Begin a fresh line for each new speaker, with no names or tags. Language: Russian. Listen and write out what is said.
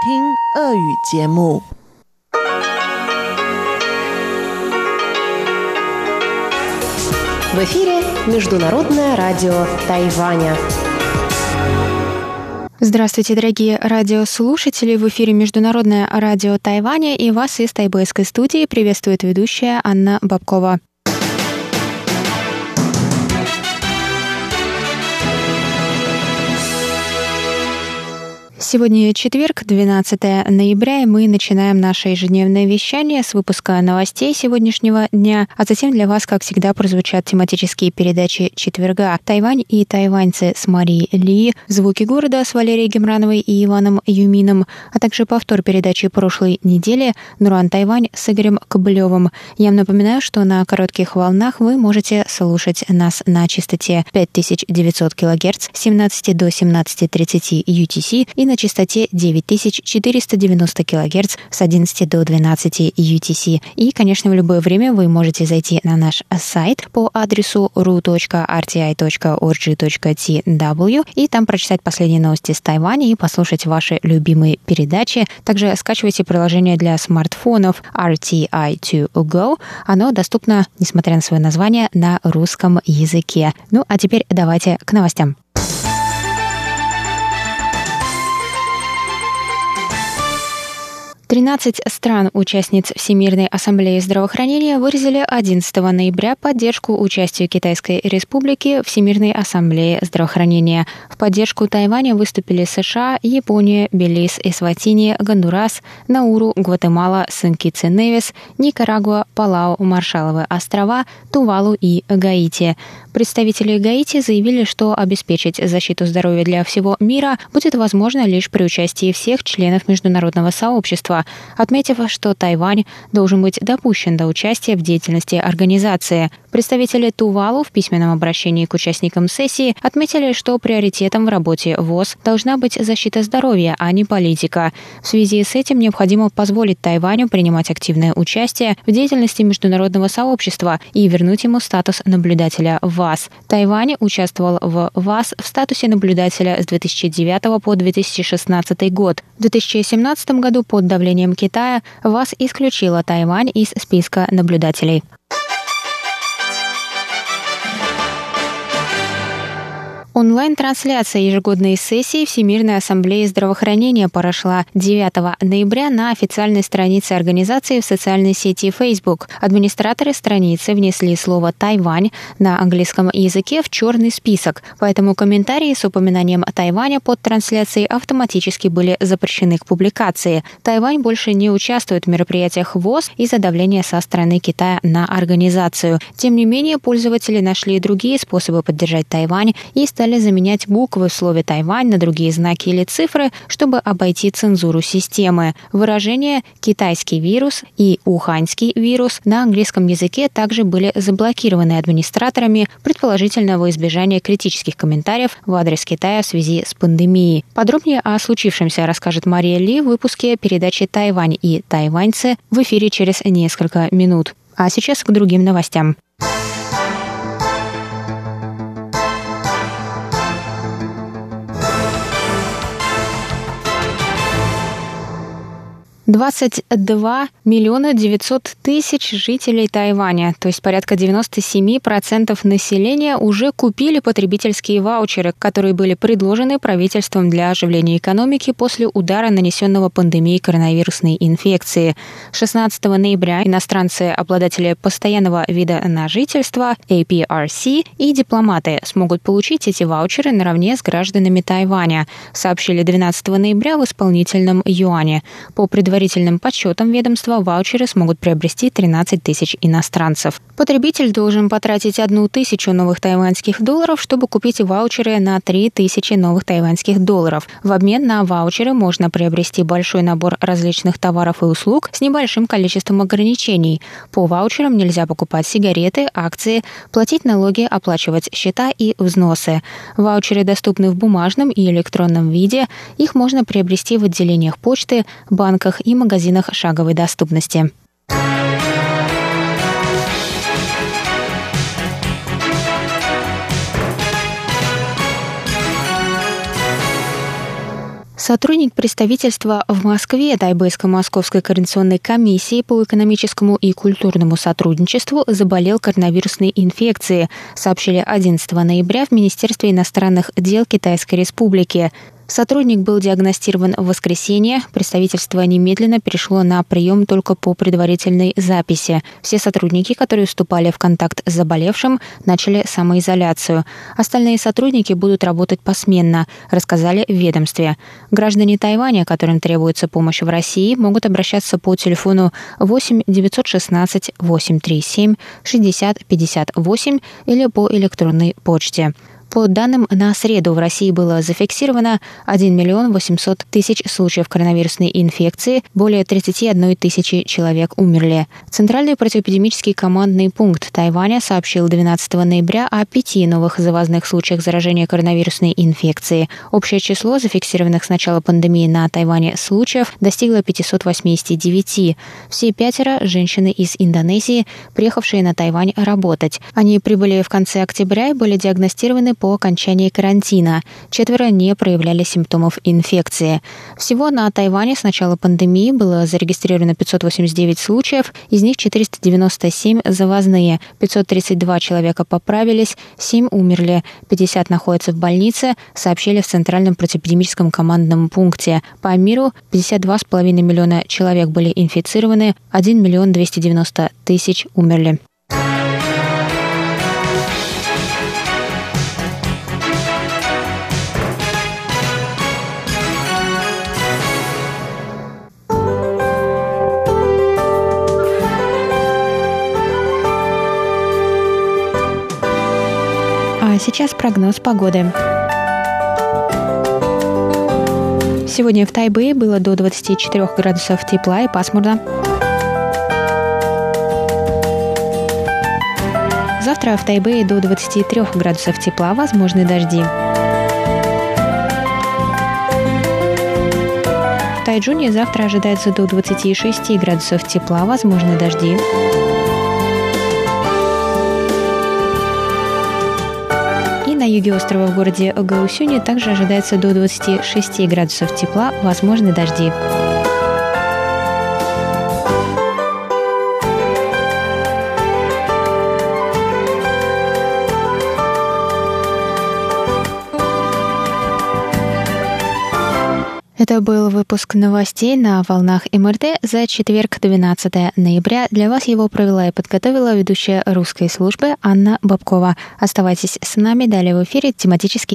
听俄语节目。
В эфире Международное радио Тайваня.
Здравствуйте, дорогие радиослушатели! В эфире Международное радио Тайваня, и вас из тайбэйской студии приветствует ведущая Анна Бабкова. Сегодня четверг, 12 ноября, и мы начинаем наше ежедневное вещание с выпуска новостей сегодняшнего дня, а затем для вас, как всегда, прозвучат тематические передачи четверга «Тайвань и тайваньцы» с Марией Ли, «Звуки города» с Валерией Гемрановой и Иваном Юмином, а также повтор передачи прошлой недели «Нуран Тайвань» с Игорем Кобылевым. Я вам напоминаю, что на коротких волнах вы можете слушать нас на частоте 5900 кГц с 17 до 17:30 UTC и на частоте 9490 кГц с 11 до 12 UTC. И, конечно, в любое время вы можете зайти на наш сайт по адресу ru.rti.org.tw и там прочитать последние новости с Тайваня и послушать ваши любимые передачи. Также скачивайте приложение для смартфонов RTI2Go. Оно доступно, несмотря на свое название, на русском языке. Ну, а теперь давайте к новостям. 13 стран-участниц Всемирной ассамблеи здравоохранения выразили 11 ноября поддержку участию Китайской Республики в Всемирной ассамблее здравоохранения. В поддержку Тайваня выступили США, Япония, Белиз, Эсватини, Гондурас, Науру, Гватемала, Сент-Китс-и-Невис, Никарагуа, Палау, Маршалловы острова, Тувалу и Гаити. Представители Гаити заявили, что обеспечить защиту здоровья для всего мира будет возможно лишь при участии всех членов международного сообщества, отметив, что Тайвань должен быть допущен до участия в деятельности организации. Представители Тувалу в письменном обращении к участникам сессии отметили, что приоритетом в работе ВОЗ должна быть защита здоровья, а не политика. В связи с этим необходимо позволить Тайваню принимать активное участие в деятельности международного сообщества и вернуть ему статус наблюдателя в ВАС. Тайвань участвовал в ВАС в статусе наблюдателя с 2009 по 2016 год. В 2017 году под давлением Китая ВАС исключила Тайвань из списка наблюдателей. Онлайн-трансляция ежегодной сессии Всемирной ассамблеи здравоохранения прошла 9 ноября на официальной странице организации в социальной сети Facebook. Администраторы страницы внесли слово «Тайвань» на английском языке в черный список, поэтому комментарии с упоминанием Тайваня под трансляцией автоматически были запрещены к публикации. Тайвань больше не участвует в мероприятиях ВОЗ из-за давления со стороны Китая на организацию. Тем не менее, пользователи нашли другие способы поддержать Тайвань и стали заменять буквы в слове «Тайвань» на другие знаки или цифры, чтобы обойти цензуру системы. Выражения «китайский вирус» и «уханьский вирус» на английском языке также были заблокированы администраторами, предположительно во избежание критических комментариев в адрес Китая в связи с пандемией. Подробнее о случившемся расскажет Мария Ли в выпуске передачи «Тайвань и тайваньцы» в эфире через несколько минут. А сейчас к другим новостям. 22 миллиона 900 тысяч жителей Тайваня, то есть порядка 97% населения, уже купили потребительские ваучеры, которые были предложены правительством для оживления экономики после удара, нанесенного пандемией коронавирусной инфекции. 16 ноября иностранцы, обладатели постоянного вида на жительство, APRC, и дипломаты смогут получить эти ваучеры наравне с гражданами Тайваня, сообщили 12 ноября в исполнительном юане. По предварительным подсчетам ведомства, ваучеры смогут приобрести 13 тысяч иностранцев. Потребитель должен потратить 1000 новых тайваньских долларов, чтобы купить ваучеры на 3000 новых тайваньских долларов. В обмен на ваучеры можно приобрести большой набор различных товаров и услуг с небольшим количеством ограничений. По ваучерам нельзя покупать сигареты, акции, платить налоги, оплачивать счета и взносы. Ваучеры доступны в бумажном и электронном виде. Их можно приобрести в отделениях почты, банках и магазинах шаговой доступности. Сотрудник представительства в Москве Тайбэйско-Московской координационной комиссии по экономическому и культурному сотрудничеству заболел коронавирусной инфекцией, сообщили 11 ноября в Министерстве иностранных дел Китайской Республики. Сотрудник был диагностирован в воскресенье. Представительство немедленно перешло на прием только по предварительной записи. Все сотрудники, которые вступали в контакт с заболевшим, начали самоизоляцию. Остальные сотрудники будут работать посменно, рассказали в ведомстве. Граждане Тайваня, которым требуется помощь в России, могут обращаться по телефону 8 916 837 60 58 или по электронной почте. По данным, на среду в России было зафиксировано 1 800 000 случаев коронавирусной инфекции, более 31 тысячи человек умерли. Центральный противоэпидемический командный пункт Тайваня сообщил 12 ноября о 5 новых завозных случаях заражения коронавирусной инфекцией. Общее число зафиксированных с начала пандемии на Тайване случаев достигло 589. Все 5 – женщины из Индонезии, приехавшие на Тайвань работать. Они прибыли в конце октября и были диагностированы по окончании карантина. 4 не проявляли симптомов инфекции. Всего на Тайване с начала пандемии было зарегистрировано 589 случаев, из них 497 завозные, 532 человека поправились, 7 умерли, 50 находятся в больнице, сообщили в Центральном противоэпидемическом командном пункте. По миру 52,5 миллиона человек были инфицированы, 1 290 000 умерли. А сейчас прогноз погоды. Сегодня в Тайбэе было до 24 градусов тепла и пасмурно. Завтра в Тайбэе до 23 градусов тепла, возможны дожди. В Тайчжуне завтра ожидается до 26 градусов тепла, возможны дожди. На юге острова в городе Гаусюне также ожидается до 26 градусов тепла, возможны дожди. Это был выпуск новостей на волнах МРТ за четверг, 12 ноября. Для вас его провела и подготовила ведущая русской службы Анна Бабкова. Оставайтесь с нами, далее в эфире тематический